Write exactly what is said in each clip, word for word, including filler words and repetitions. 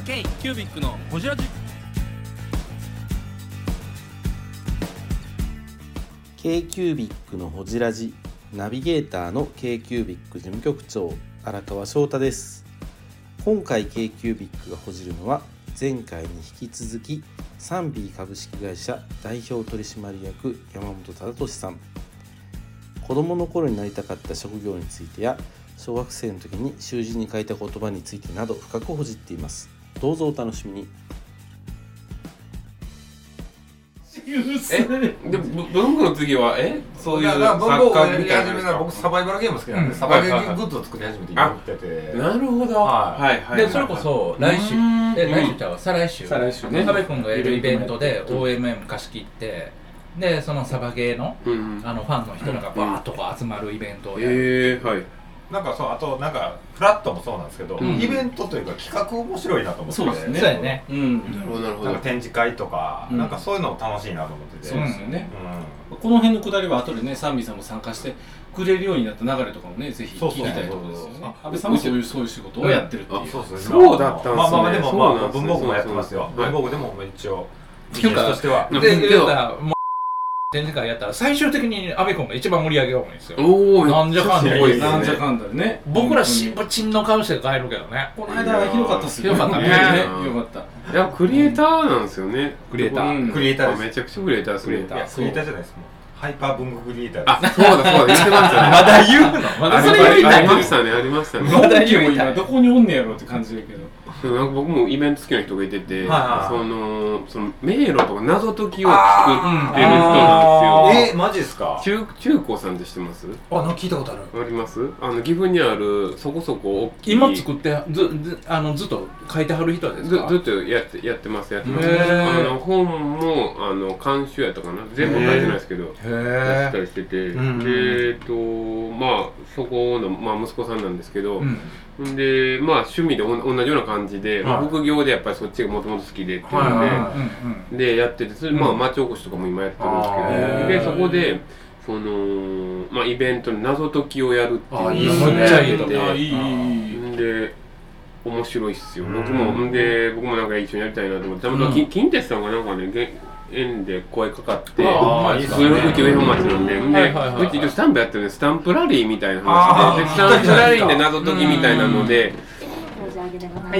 K キュービックのホジラジ K キュービックのほじラジナビゲーターの K キュービック事務局長荒川翔太です。今回 K キュービックがほじるのは前回に引き続きサンビー株式会社代表取締役山本忠俊さん。子供の頃になりたかった職業についてや小学生の時に習字に書いた言葉についてなど深くほじっています。どうぞお楽しみに。 え、で文具の次はえそういう文房具をやりみたいな始めたら僕サバイバルゲーム好きなんで、うん、サバイバルグッズを作り始めて今言ってて。 なるほど。 はいはいはい。 でそれこそ来週え来週ちゃうわ再来週再来週ね。 阿部君がやるイベントで オーエムエム 貸し切ってでそのサバゲーのあのファンの人がバーッとこう集まるイベントをやる。 へえはい。 なんかそうあとなんかフラットもそうなんですけど、うん、イベントというか企画面白いなと思って。 そうですね。そうやね。 うん。なるほどなるほど。 なんか展示会とか、うん、なんかそういうの楽しいなと思ってて。 そうですよね。うん、この辺のくだりは後でねサンビさんも参加してくれるようになった流れとかもねぜひ聞きたいところですよね。阿部さんもそういうそういう仕事をやってるっていう。 そうですね。 そうだったんですね。 まあまあでもまあ文房具もやってますよ。文房具でも一応ビジネスとしては。 で展示会やったら最終的に阿部君が一番盛り上げが多いんですよ。 おお、 なんじゃかんだで、なんじゃかんだでね。 僕らしんばちんの顔して帰るけどね。 この間ひどかったっすよ。 ひどかったね。 ひどかった。 いやクリエイターなんですよね。 クリエイター。 クリエイターです。 めちゃくちゃクリエイターですね。 クリエイター。クリエイターじゃないですもん。ハイパー文具クリエイター。 あ、そうだそうだ言ってましたね。 まだ言うの？まだそれ言いたい。 ありましたねありましたね。 まだ言う今どこにおんねやろって感じだけど。 なんか僕もイベント好きな人がいてて、 はいはい、 そのその迷路とか謎解きを作ってる人なんですよ。 えー、マジですか？ 中中高さんって知ってます？ あ、なんか聞いたことある。 あります？あの岐阜にあるそこそこ大きい。 今作ってずずあのずっと書いてはる人ですか？ ずずっとやってやってますやってます。あの本もあの監修やったかな。全部書いてないですけど、やったりしてて、でえっとまあそこのまあ息子さんなんですけど。うんでまあ趣味でお同じような感じで、はいまあ、副業でやっぱりそっちがもともと好きでっていうので、はい、でやっててそれ、まあ、町おこしとかも今やってるんですけど、でそこでその、まあ、イベントの謎解きをやるっていうのをやっててで面白いっすよ。僕もで僕もなんか一緒にやりたいなと思って、うん、近鉄さんがなんかね縁で声かかって、うち上本町なんで、うちスタンプやってるんでスタンプラリーみたいな話で、スタンプラリーで謎解きみたいなので、はい、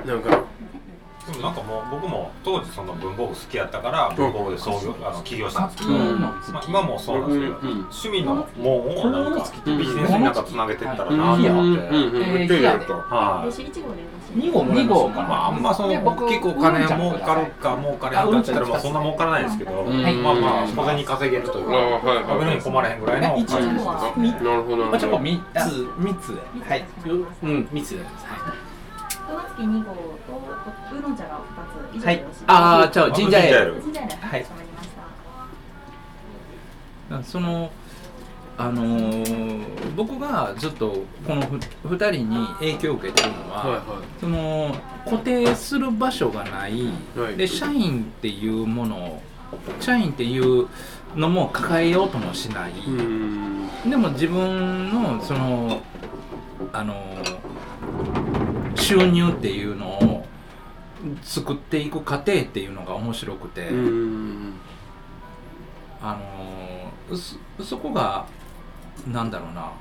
なんか。 でもなんかもう僕も当時その文房具好きやったから文房具で創業あの起業したんですけど、うんまあ、今もそうなんですけど、うん、趣味の門をなんかビジネスになんかつなげていったらなと思って、 めっちゃやると。にごにごかな。 まああんまその結構お金儲かるか儲かれへんかって言ったらまあそんな儲からないですけど、まあまあ小銭稼げるというか食べるのに困らへんぐらいの。 いちごはみなるほど。 ちょっとみっつみっつで。はい。 うんみっつで。 月にごうとウーロン茶がふたつ以上はい。ああ、じゃあジンジャーエール。 ジンジャーエール。 はい。そのあのー、僕がずっとこのふたりに影響を受けてるのは、はいはい、その固定する場所がない、はい、で社員っていうもの社員っていうのも抱えようともしない。でも自分のそのあのー収入っていうのを作っていく過程っていうのが面白くて、あのー、そ, そこがなんだろうな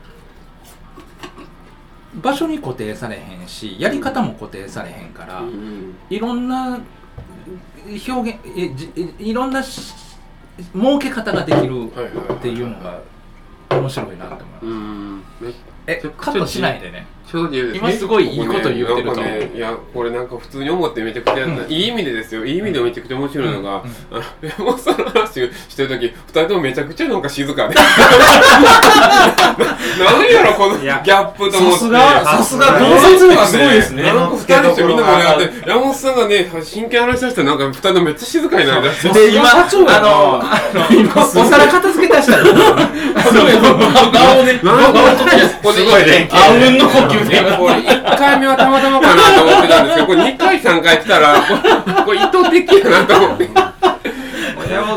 場所に固定されへんしやり方も固定されへんから、いろんな表現えいろんな儲け方ができるっていうのが面白いなって思います。え、カットしないでね。今すごいいいこと言ってると思う、ね、 いやこれなんか普通に思ってめちゃくちゃやった、うん、いい意味でですよいい意味でめちゃくちゃ面白いのが、うんうん、山本さんの話してる時ふたりともめちゃくちゃなんか静かで何やろこのギャップと思って。さすがさすが洞察力すごいですね。 なんかふたりしてみんな盛り上がって山本さんがね真剣話ししたらなんかふたりともめっちゃ静かになりだしてで今あのあのお皿片付け出したら顔をね顔をすごいねあうんの呼吸でこれいっかいめはたまたまかなと思ってたんですけどこれにかいさんかい来たらこれ意図的やなと思って山本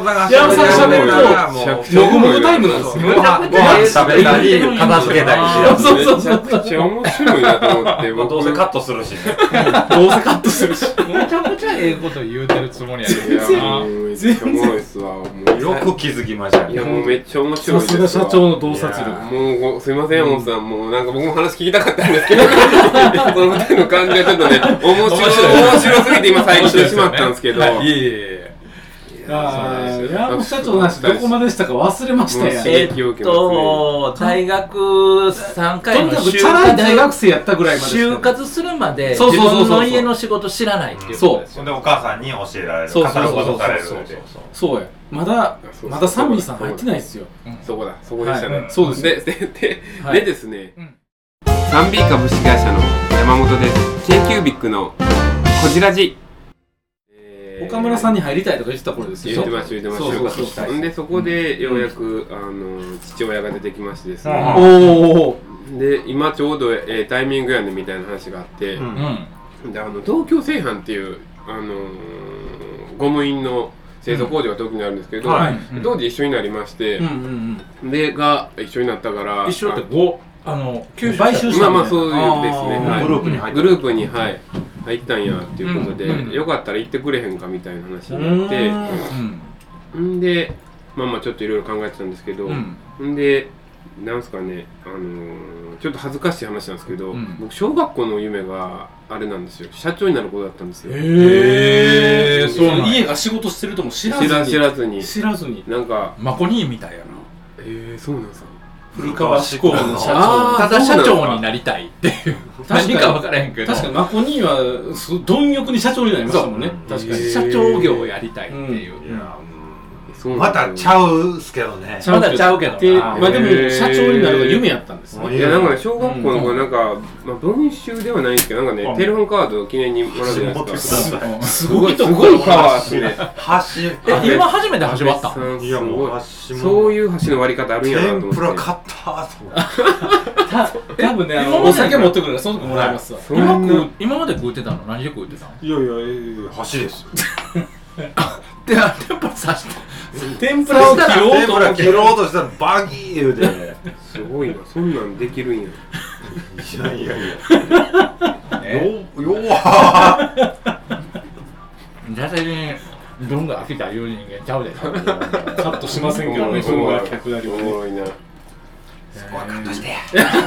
本さんが山本さんが喋るともぐもぐタイムなんですよ。 ご飯食べたり片付けたりしてそうそうそう。 めちゃくちゃ面白いなと思ってどうせカットするしね。 どうせカットするし。 めちゃくちゃええこと言うてるつもりやけどいやもうめっちゃおもろいっすわ。もうよく気づきましたね。 いやもうめっちゃ面白いさですわ。 すが社長の洞察力。 もうすいません山本さん、もうなんか僕も話聞きたかったんですけどこのふたりの感じがちょっとね面白い面白すぎて今遮ってしまったんですけど、 いえいえ。ああ、山本社長の話どこまでしたか忘れましたやん。 えっと大学さんかいのとにかくチャラい大学生やったぐらいまで就活するまで自そうそうそうそう分の家の仕事知らないっていうことですよ。 でお母さんに教えられる、 そうカタログそうそう渡されるそうって。 そうや。まだそうまだサミーさん入ってないですよ。 そこだそこでしたね、 はいそうですででで、 はいでですね、 うんサンビー 株式会社の山本です。 K キュービックのこじらじ、えー岡村さんに入りたいとか言ってた頃ですよ。 言ってました言ってました。 そうそうそう。 でそこでようやく、あの父親が出てきましてですね、 おお。 で今ちょうど、えータイミングやねみたいな話があって、 うんうん。 であの東京製販っていう、あのーゴム印の製造工場が東京にあるんですけど、 はい当時一緒になりまして、 うんうんでが一緒になったからうん。一緒ってごあの吸収買収したまあまあみたいなそうですね、 あはい、 グループに入ってグループに、はい、入ったんやっていうことで、 うんうんよかったら行ってくれへんかみたいな話うになって、 うんんでまあまあちょっといろいろ考えてたんですけど、 うんんでなんすかね、あのー、ちょっと恥ずかしい話なんですけど、 うん僕小学校の夢があれなんですよ、社長になることだったんですよ。 へえ。そうそうなんや家が仕事してるとも知らずに知ら知らずに知らずになんかマコニーみたいやな。 えー、そうなんですか。 古川志向の社あー長。 ただ社長になりたいっていう確かに何か分からへんけど確かにマコニーはす貪欲に社長になりましたもんね。 そう確かに。 へー社長業をやりたいっていう、 いやそうまなんですよたちゃうっすけどね。 まだちゃうけどなでまあでもへー社長になるが夢やったんですね。 いやなんかね、小学校の頃なんか、まあ、文集ではないんですけど、なんかね、テレホンカードを記念にもらうじゃないですか。 すすごい、すごいとこごいパワーですね。 箸、 え今初めて始まった安倍さんいやもうす箸もごいそういう箸の割り方あるんやなと思って。 天ぷら買ったーと思って。 た多分ね、あの今までお酒持ってくるからその時もらいますわ。 そんな今食う今まで食うてたの何で食うてたのいやいやいやいや箸ですよ。 で天ぷら刺して天ぷらを切ろう天ぷら切と思って。 ろうとしたらバギー言うて。 すごいな、そんなんできるんや。 いやいやいえや。よ、弱絶対にどんが飽きたいう人間ちゃうでカットしませんけどね、その客なりはね。 おもろいな。 すごいカットして。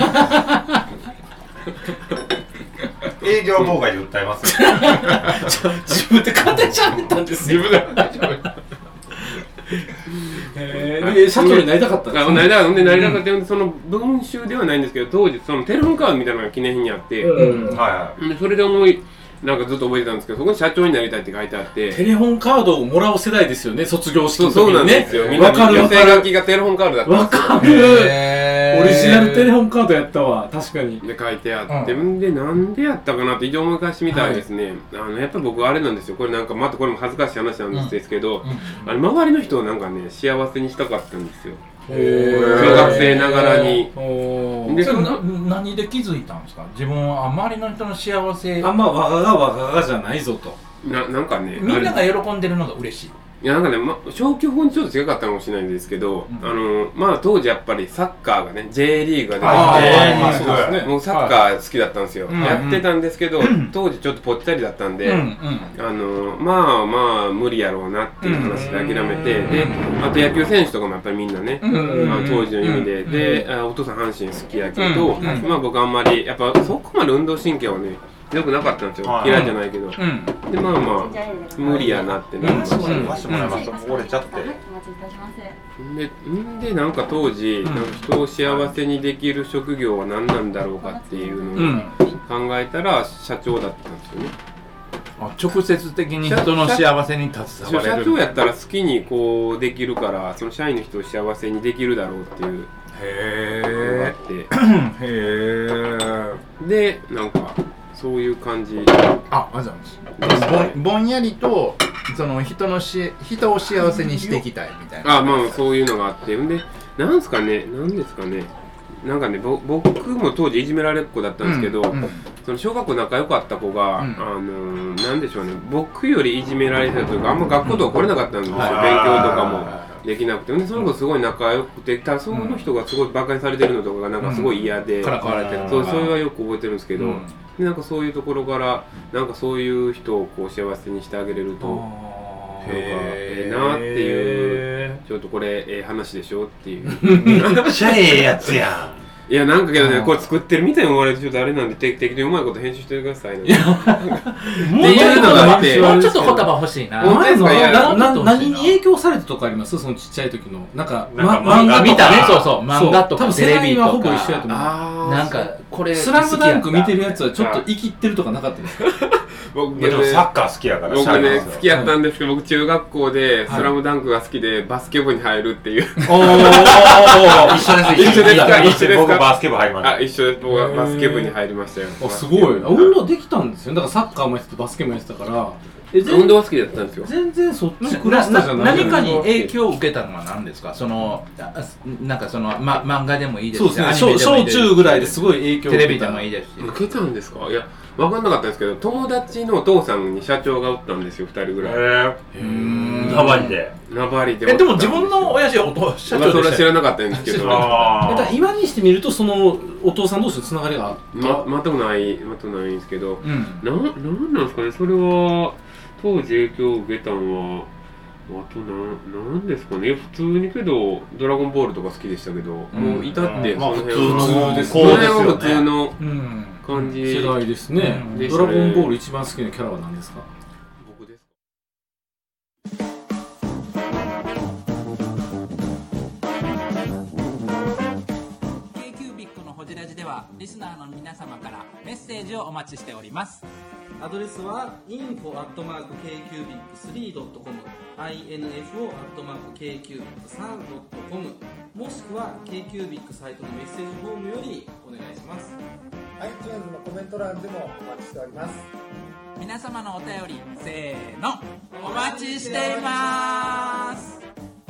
営業妨害で訴えますよ。 自分で勝手に喋ったんですよ。 自分が喋るえーで社長になりたかったんですあ、なりたかった。で、なりたかった。その文集ではないんですけど、当時そのテレホンカードみたいなのが記念品にあって、 うんはでそれで思いなんかずっと覚えてたんですけど、そこに社長になりたいって書いてあって。 テレホンカードをもらう世代ですよね、卒業式そうそうの時にねなんですよ。。みんなわかる寄わかる。 せ書きがテレホンカードだったんわですよ。 かる。 へーオリジナルテレホンカードやったわ、確かに。 で書いてあって、ん、でなんでやったかなって一応思い返してみたらですね、あのやっぱり僕あれなんですよ、これなんかまたこれも恥ずかしい話なんですけど、あの周りの人をなんかね幸せにしたかったんですよ、中学生ながらに。 おでそれな何で気づいたんですか自分は周りの人の幸せあんまわががわががじゃないぞと。 ななんかねみんなあれが喜んでるのが嬉しいいやなんかね、ま、消去法にちょっと違かったかもしれないんですけど、 うんあのまあ当時やっぱりサッカーがね J リーグが出てきて、 あーまあそうですねもうサッカー好きだったんですよ、 うんやってたんですけど、当時ちょっとぽっちゃりだったんで、 うんうんあのまあまあ無理やろうなっていう話で諦めて、 うんであと野球選手とかもやっぱりみんなね、 うんうんあの当時の夢で、 うんであお父さん阪神好きやけど、 うんうんまあ僕あんまりやっぱそこまで運動神経はね良くなかったんですよ、 はい嫌いじゃないけど、 うんでまあまあ無理やなってなりました、 うん箸もらいます。折れちゃって。 お待ちいたします。 でんでなんか当時、なんか人を幸せにできる職業は何なんだろうかっていううのをん考えたら社長だったんですよね。 あ直接的に人の幸せに携われる社長やったら好きにこうできるからその社員の人を幸せにできるだろうっていうのがあへってえへえでなんかそういう感じあ、ありがとうございますぼんぼんやりとその人のし人を幸せにしていきたいみたいなあまあそういうのがあってんでなんすかねなんですかねなんかねぼ僕も当時いじめられっ子だったんですけど、うんうん、その小学校仲良かった子が、うん、あのー、なんでしょうね僕よりいじめられてたというかあんま学校とか来れなかったんですよ、うん、勉強とかもできなくてでその子すごい仲良くてただその人がすごい馬鹿にされてるのとかがなんかすごい嫌で、うん、からかわれてるそうそれはよく覚えてるんですけど、うん、でなんかそういうところからなんかそういう人をこう幸せにしてあげれるとなんかええなっていうちょっとこれええ話でしょっていうめっちゃええやつやんいやなんかけどねこれ作ってるみたいに思われてちょっとあれなんで適当にうまいこと編集してくださいねっていうのがあってもうちょっと言葉欲しいな本当ですかいやなな何に影響されたとかありますそのちっちゃい時のなんか漫画見たねそうそう漫画とかテレビとかほぼ一緒やと思うなんかこれスラムダンク見てるやつはちょっと生きってるとかなかったですか僕ね、サッカー好きやから僕ね好きやったんですけど、はい、僕中学校でスラムダンクが好きでバスケ部に入るっていう、 はい、一緒です一緒ですか一緒ですか僕バスケ部入りましたあ一緒です僕はバスケ部に入りましたよあすごい運動できたんですよだからサッカーもやっててバスケもやってたからえ運動は好きだったんですよ全然そっちクラスターじゃない何かに影響を受けたのは何ですかそのなんかその、ま、漫画でもいいですしそうですね小中ぐらいですごい影響をテレビでもいいですし受けたんですかいや分かんなかったんですけど友達のお父さんに社長がおったんですよふたりぐらいへえ名張で名張でえでも自分の親父は社長でしたそれは知らなかったんですけど今にしてみるとそのお父さん同士のつながりがあったま全くない全くないんですけど、うん、な, なんなんですかねそれは当時影響を受けたのはあとななんですかね普通にけどドラゴンボールとか好きでしたけど、うん、もういたってその辺は普通ですねその辺は普通の感じ、 うん、世代ですね、うん、ドラゴンボール一番好きなキャラは何ですか僕ですか k q b i c のホジラジではリスナーの皆様からメッセージをお待ちしておりますアドレスは インフォ アットマーク ケーキュービックスリー ドットコム インフォ アットマーク ケーキュービックスリー ドットコム もしくは K-Cubic サイトのメッセージフォームよりお願いします。 iTunes のコメント欄でもお待ちしております。 皆様のお便りせーのお待ちしています。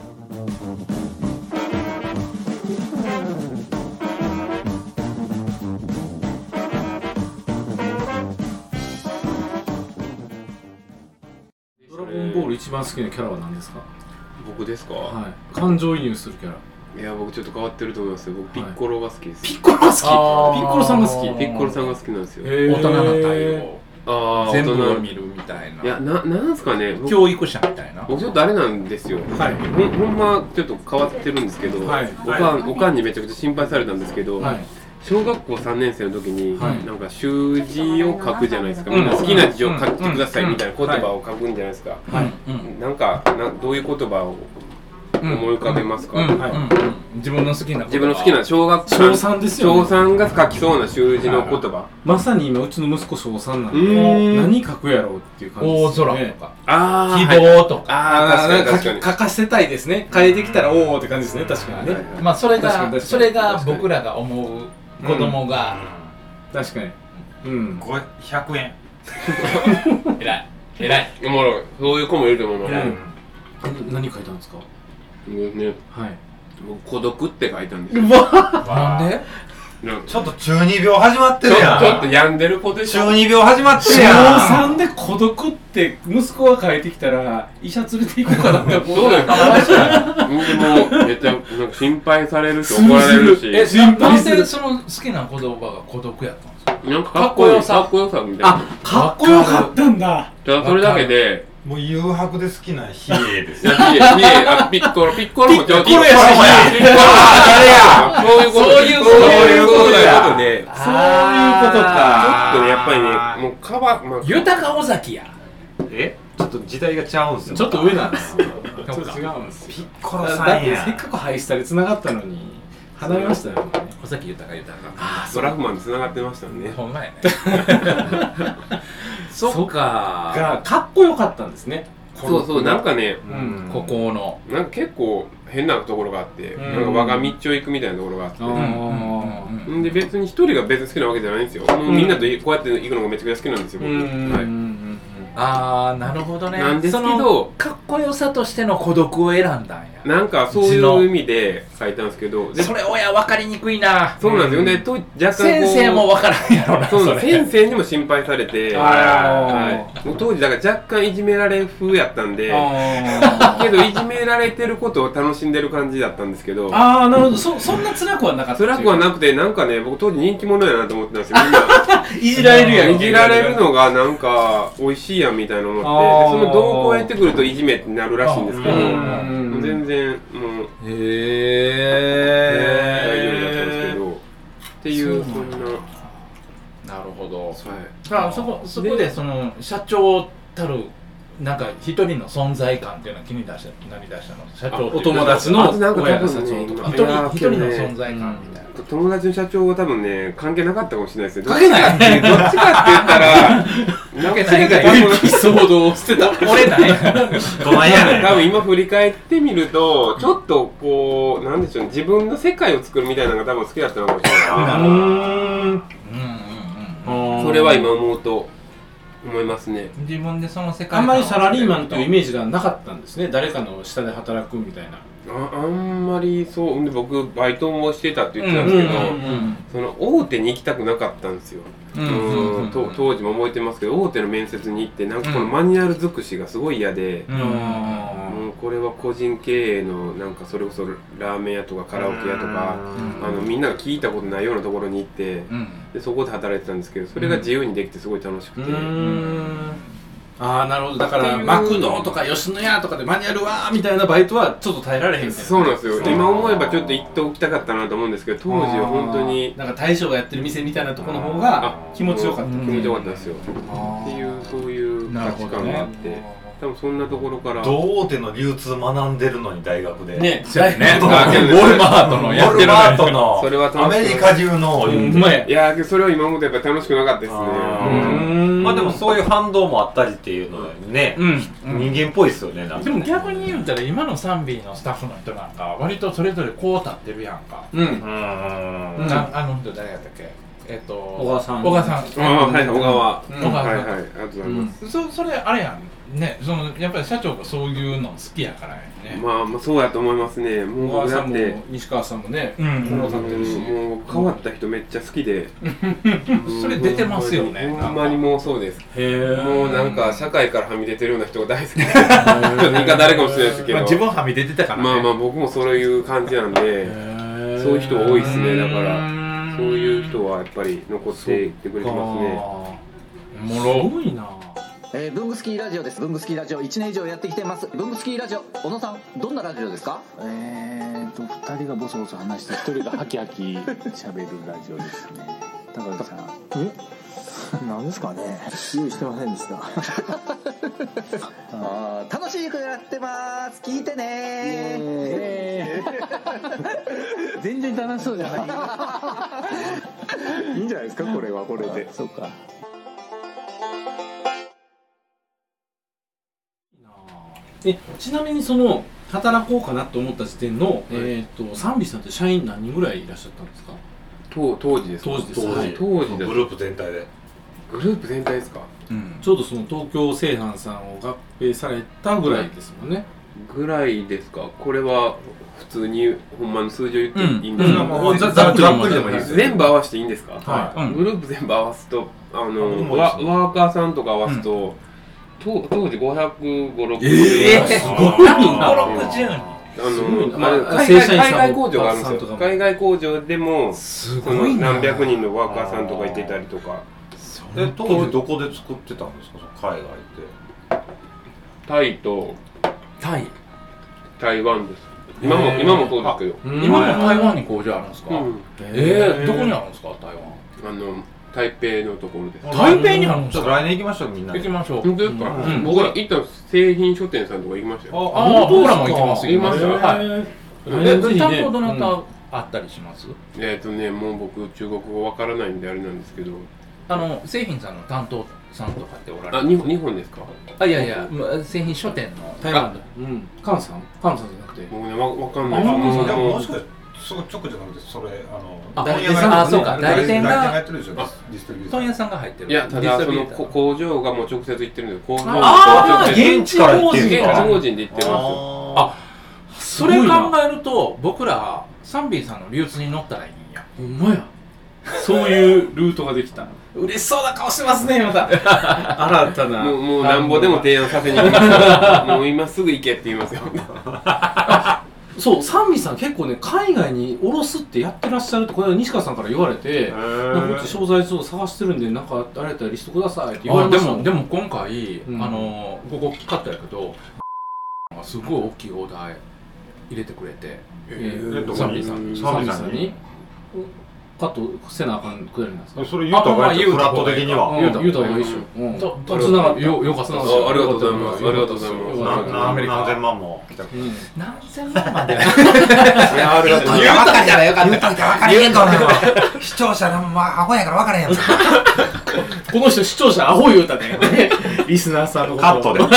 ドラゴンボール一番好きなキャラは何ですか？ 僕ですか？ はい。感情移入するキャラ。 いや僕ちょっと変わってると思いますよ。僕ピッコロが好きです。 ピッコロが好き。ピッコロさんが好き。 ピッコロさんが好きなんですよ。 大人の対応。 ああ全部を見るみたいな。 いやななんですかね。 教育者みたいな。 僕ちょっとあれなんですよ。はい。ほんほんまちょっと変わってるんですけど、はい、おかんおかんにめちゃくちゃ心配されたんですけど。はい。小学校さんねん生の時に、はい、なんか習字を書くじゃないですか、みんな好きな字を書いてくださいみたいな言葉を書くんじゃないですか、はい、なんかなどういう言葉を思い浮かべますか？ 自分の好きな自分の好きな小学小さんですよ、 ね、小さんが書きそうな習字の言葉、 まさに今うちの息子小さんなんで何書くやろうっていう感じですよね。 大空とかあ希望とか、 ああ確かに書かせたいですね。書いてきたらおおって感じですね。確かにね。 まあそれがそれが僕らが思う子供が、 うん、確かに、うん、 これひゃくえんえらいえらいおもろい。そういう子もいると思います、ね、 うん、何書いたんですか？ ね、はい、孤独って書いたんですよ。 うわなんで？ ちょっと中二病始まってるやん。 ちょっと病んでる子でしょ。 中二病始まってるやん。 小さんで孤独って息子が書いてきたら医者連れて行こうかなって思う。 そうだよ。でもめっちゃなんか心配されるし怒られるし。 え、心配する。その好きな言葉が孤独やったんですか？ なんかかっこよさ、かっこよさみたいな。 あ、かっこよかったんだ。 じゃあそれだけで。 もう誘惑で好きな比叡ですよ。 比叡、比叡、あ、ピッコロ、ピッコロもちょっと。ピッコロや、 ピッコロや。 そういうこと、そういうこと、そういうことで。 そういうことか。 ちょっとね、やっぱりね、もう川、まあ、 豊か尾崎や。 え？ちょっと時代がちゃうんですよ。 ちょっと上なんですよ。ちょっと違うんです。 ピッコロさんや。だってせっかくハイスタで繋がったのに離れましたよね。 尾崎豊豊か。 あ、ドラフマンで繋がってましたね。 ほんまやね。そっか。 がかっこよかったんですね。 そうそう、なんかね、 ここのなんか結構変なところがあって、なんか我が道を行くみたいなところがあって、で別に一人が別に好きなわけじゃないんですよ。みんなとこうやって行くのがめちゃくちゃ好きなんですよ、僕。はい。 ああ、なるほどね。 なんですけど、 かっこよさとしての孤独を選んだんや。 なんかそういう意味で書いたんですけど、 それ親分かりにくいな。 そうなんですよね。と若干先生も分からんやろな。 そう、先生にも心配されて、はい、もう当時だから若干いじめられ風やったんで、けどいじめられてることを楽しんでる感じだったんですけど、 ああなるほど、そそんな辛くはなかった。 辛くはなくて、なんかね、僕当時人気者やなと思ってたんですよ。 いじられるやん。 いじられるのがなんか美味しいやんみたいな思って、その動向をやってくるといじめってなるらしいんですけど、全然もうへ大丈夫だったんですけどっていうそんな。 なるほど。 はい。 あ、そこそこでその社長たるなんか一人の存在感っていうのは気に出したなり出したの。社長お友達の親が社長とか一人一人の存在感みたいな。 友達の社長は多分ね関係なかったかもしれないですよ。 関係ない。 どっちかって言ったら関係ないがエピソードを捨てた。俺ない。 どないやねん。 多分今振り返ってみるとちょっとこうなんでしょうね、自分の世界を作るみたいなのが多分好きだったのかもしれない。うんうんうん。それは今思うと思いますね。 自分でその世界あんまりサラリーマンというイメージがなかったんですね。誰かの下で働くみたいな。 あ, あんまりそうで、僕バイトもしてたって言ってたんですけど、その大手に行きたくなかったんですよ。当時も覚えてますけど、大手の面接に行ってなんかこのマニュアル尽くしがすごい嫌で、うん、もうこれは個人経営のなんかそれこそラーメン屋とかカラオケ屋とか、あのみんなが聞いたことないようなところに行って、うん、でそこで働いてたんですけど、それが自由にできてすごい楽しくて。うんああなるほど。だからマクドとか吉野家とかでマニュアルはみたいなバイトはちょっと耐えられへんみたいな。 そうなんですよ。今思えばちょっと行っておきたかったなと思うんですけど、当時は本当になんか大将がやってる店みたいなところの方が気持ちよかった。気持ちよかったですよ。っていうそういう価値観があって。多分そんなところから同大手の流通学んでるのに大学でね、そうやね。 ウォルマートのやってるのそれはアメリカ中のいやそれは今までやっぱ楽しくなかったですね。 まあでもそういう反動もあったりっていうのはね、人間っぽいですよね。 でも逆に言うたら今のサンビーのスタッフの人なんか割とそれぞれこう立ってるやんか。うん。あの人誰やったっけ？えっと小川さん。 小川さん。 ああはい小川。 小川さん。 はいはいありがとうございます。 そそれあれやん。ね、そのやっぱり社長がそういうの好きやからね。 まあまあそうやと思いますね。 もうだって西川さんもね、 もう変わった人めっちゃ好きで、 それ出てますよね。 ほんまにもうそうです。もうなんか社会からはみ出てるような人が大好きで、言い方誰かもしれないですけど、 自分はみ出てたからね。 まあまあ僕もそういう感じなんで、そういう人多いですね。だからそういう人はやっぱり残っていってくれてますね。 もろすごいな。 えー、ブングスキーラジオです。ブングスキーラジオいちねん以上やってきてます。ブングスキーラジオ、小野さんどんなラジオですか？ えーとふたりがボソボソ話してひとりがハキハキ喋るラジオですね。高木さん、 えなんですかね、用意してませんでしたあ楽しくやってます。聞いてねー全然楽しそうじゃないいいんじゃないですか、これはこれで。そうか。 えちなみにその働こうかなと思った時点の、はい、えっ、ー、とサンビさんって社員何人ぐらいいらっしゃったんですか？ 当当時ですか？ 当時です。 当時、はい、当時です。 グループ全体で。 グループ全体ですか？ うん、ちょうどその東京製飯さんを合併されたぐらいですもんね。 ぐらいですか？これは普通にほんまの数字を言っていいんですか？ もうざっくりでもいいです。 全部合わせていいんですか？ はい。 グループ全部合わすとあのワワーカーさんとか合わすと。うん当時ごひゃくごじゅうろくじゅうえー、ごひゃくごじゅうろくじゅうにんあの、まあ、海外海外工場があるんですよ。海外工場でもすごい何百人のワーカーさんとかいてたりとか。 え当時どこで作ってたんですか、海外って？ タイとタイ台湾です。今も今もそうですけど。 今も台湾に工場あるんですか？ええどこにあるんですか、台湾？ あの台北のところです。 台北にあるんですか？ 来年行きましょうみんな。 行きましょう。 本当ですか？僕は行った製品書店さんとか行きましたよ。 ああ僕らも行きます。 行きました。はい。 え担当どなたあったりします？ えっとねもう僕中国語わからないんであれなんですけど。 あの製品さんの担当さんとかっておられる？ あ日本日本ですか？ あいやいや製品書店の台湾で。うん。カンさん？カンさんじゃなくて。 僕ねわわかんない。 でももしかしてそう直じゃなくてそれあのあ代理店さん、あそうか代理店がやってるでしょ。ディストリビューター。 問屋さんが入ってる。 いやただその工場がもう直接行ってるんで工場ああ現地法人現地法人で行ってるんですよ。 あそれ考えると僕らサンビーさんの流通に乗ったらいいんや。 ほんまや。そういうルートができた。 嬉しそうな顔してますねまた。 新たな。 もうもうなんぼでも提案させに行きます。もう今すぐ行けって言いますよ。 そう、サンビさん結構ね海外に卸すってやってらっしゃるってこれ西川さんから言われて、なんかこっち商材ちょっと探してるんでなんかあれやったらリストくださいって言われました。 でもでも今回、うん、あのここカットやけどすごい大きいオーダー入れてくれて、 えー、 サンビさんサンビさんにカットせなあかんくらいなんですか。 それ言うた方がいいよ、フラット的には。 言うた方がいいでしょ。とつながったよかった。 ありがとうございます。ありがとうございます。 何千万も来た。 何千万まで。いやありがとう。 言うといたらよかった。 言うといたら分かれへんとな。視聴者のまあアホやから分かれへん。 この人視聴者アホ言うたね。リスナーさんのこと。 カットで。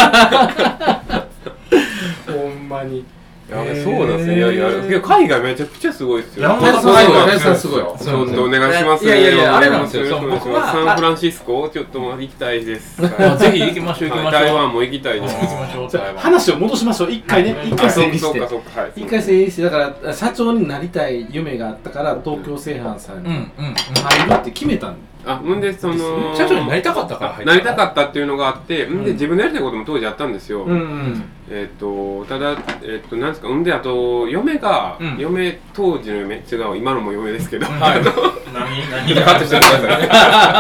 ほんまに。 いやそうなんですね。いやいや、海外めちゃくちゃすごいですよ。 海外すごい。 ちょっとお願いします。 いやいやいや、あれなんですよ。 サンフランシスコちょっと行きたいです。 ぜひ行きましょう行きましょう。 台湾も行きたいです。 行きましょう。 話を戻しましょう。一回ね、一回整理して。一回整理して、だから社長になりたい夢があったから東京製飯さんに入るって決めたんで。 あ、んでその社長になりたかったから入った。 なりたかったっていうのがあって、んで自分のやりたいことも当時あったんですよ。 うんうんえっとただえっとなんですか、んであと嫁が嫁当時の嫁違う今のも嫁ですけど、 何何カットしてください。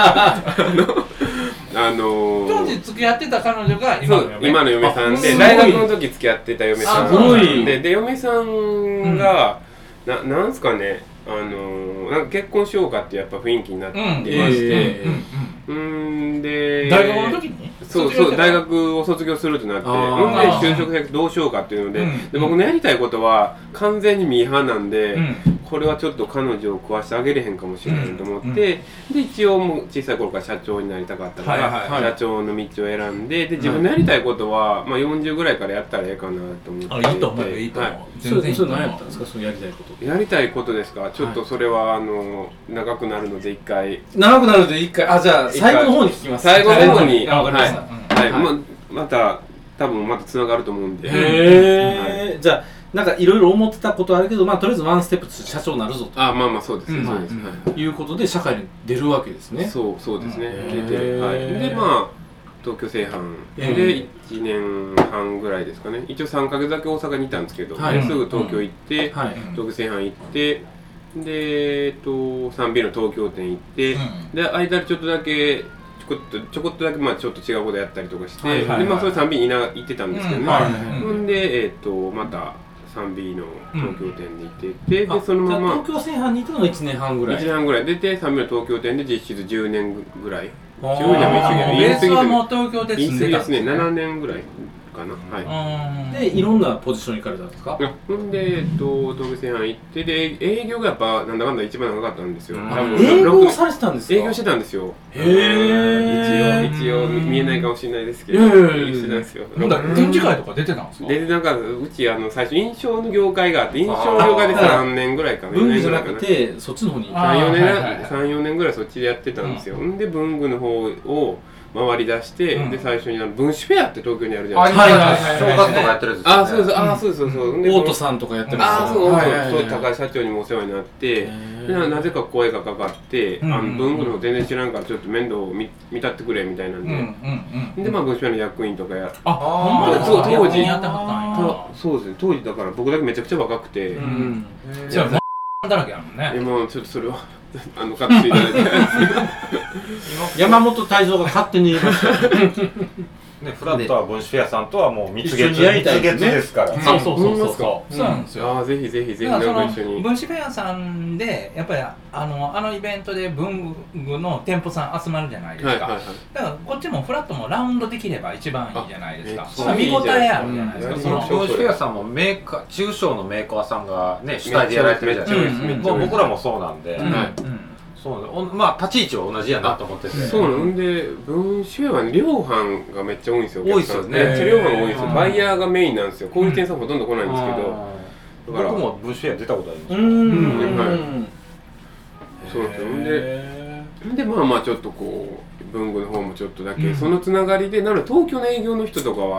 あの当時付き合ってた彼女が今の嫁。 今の嫁さんで大学の時付き合ってた嫁さんで、で嫁さんがななんすかね。あのー、なんか結婚しようかってやっぱ雰囲気になってましてうんで大学の時にそうそう大学を卒業するとなってほんで就職先どうしようかっていうので、うん、で僕のやりたいことは完全にミーハーなんで、うん、これはちょっと彼女を食わしてあげれへんかもしれないと思って、うん、で一応もう小さい頃から社長になりたかったから、はいはいはい、社長の道を選んでで自分のやりたいことは、まあ、よんじゅうぐらいからやったらええかなと思ってあいいと思うよいいと思う、はい、 全然それ何やったんですかそのやりたいことやりたいことですかちょっとそれはあの長くなるので一回長くなるので一回あじゃあ最後の方に聞きます最後の方にあ分かりましたはい、はいはい、ま, また多分またつながると思うんでへえ、はい、じゃあなんかいろいろ思ってたことあるけどまあとりあえずワンステップと社長になるぞとあまあまあそうですね、うん、そうです、 はい、いうことで社会に出るわけですねそうそうですね出てはいでまあ東京製飯でいちねんはんぐらいですかね一応さんかげつだけ大阪にいたんですけど、はい、すぐ東京行って、うんはい、東京製飯行ってで、えっと、サンビーの東京店行って、うん、で間でちょっとだけちょこっとちょこっとだけまあちょっと違うことやったりとかして、はいはいはい、でまあそれサンビーに行ってたんですけどね、うんはいはいはい、ほんで、えっと、またサンビーの東京店に行ってて、うん、でそのまま東京製飯に行ったのがいちねんはんぐらいいちねんはんぐらい出てサンビーの東京店で実質じゅうねんぐらいじゅうねんもベースはもう東京で住んでたんですねななねんぐらいかなはいでいろんなポジション行かれたんですかほんで、えっと、東京製飯行ってで営業がやっぱなんだかんだ一番長かったんですよ営業されてたんですか営業してたんですよへえ一応一応見えないかもしれないですけどしてたんですよ展示会とか出てたんですか出てなんかうちあの最初印象の業界があって印象業界でさんねんぐらいかな文具じゃなくてそっちの方にさんよねんぐらいそっちでやってたんですよんで文具の方を回り出して、うん、で最初にあの分子フェアって東京にあるじゃないですか。 はいはいはい。小学校がやってるやつですね。 あ、そうそう、あ、そうそうそう。 オートさんとかやってるやつ。 あ、そう、そう高橋社長にもお世話になって、でなぜか声がかかって、あの文具の方全然知らんからちょっと面倒を見見たってくれみたいなんで、でまあ分子フェアの役員とかや。 あ、本当ですか。当時やってはったんや。そうですね。当時だから僕だけめちゃくちゃ若くて。 じゃあだらけやもんね。 でもちょっとそれは。あのカットしていただいて山本泰造が勝手に言いましたね、フラットは分子フェアさんとはもう蜜月ですから。 そうそうそうそうそうなんですよ。 あぜひぜひぜひなんか一緒に。 分子フェアさんでやっぱりあのあのイベントで文具の店舗さん集まるじゃないですか。だからこっちもフラットもラウンドできれば一番いいじゃないですか。見応えあるじゃないですか。 その分子フェアさんもメーカー中小のメーカーさんがね主体でやられてるじゃないですか。僕らもそうなんで。そうね、まあ立ち位置は同じやなと思っててそうなんで分子フェアは量販がめっちゃ多いんですよ多いですよねめっちゃ量販が多いんですよバイヤーがメインなんですよ小売店さんほとんど来ないんですけど僕も分子フェア出たことありますうんはいそうなんですよででまあまあちょっとこう文具の方もちょっとだけそのつながりでなので東京の営業の人とかは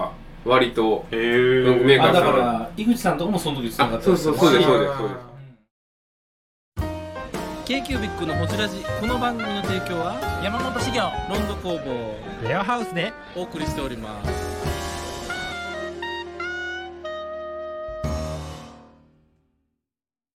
割と文具メーカーさん。 あ、だから井口さんとかもその時つながってそうそうそうですそうですそうです。 k q b i c のホジラジ、この番組の提供は山本資源ロンド工房レアハウスでお送りしております。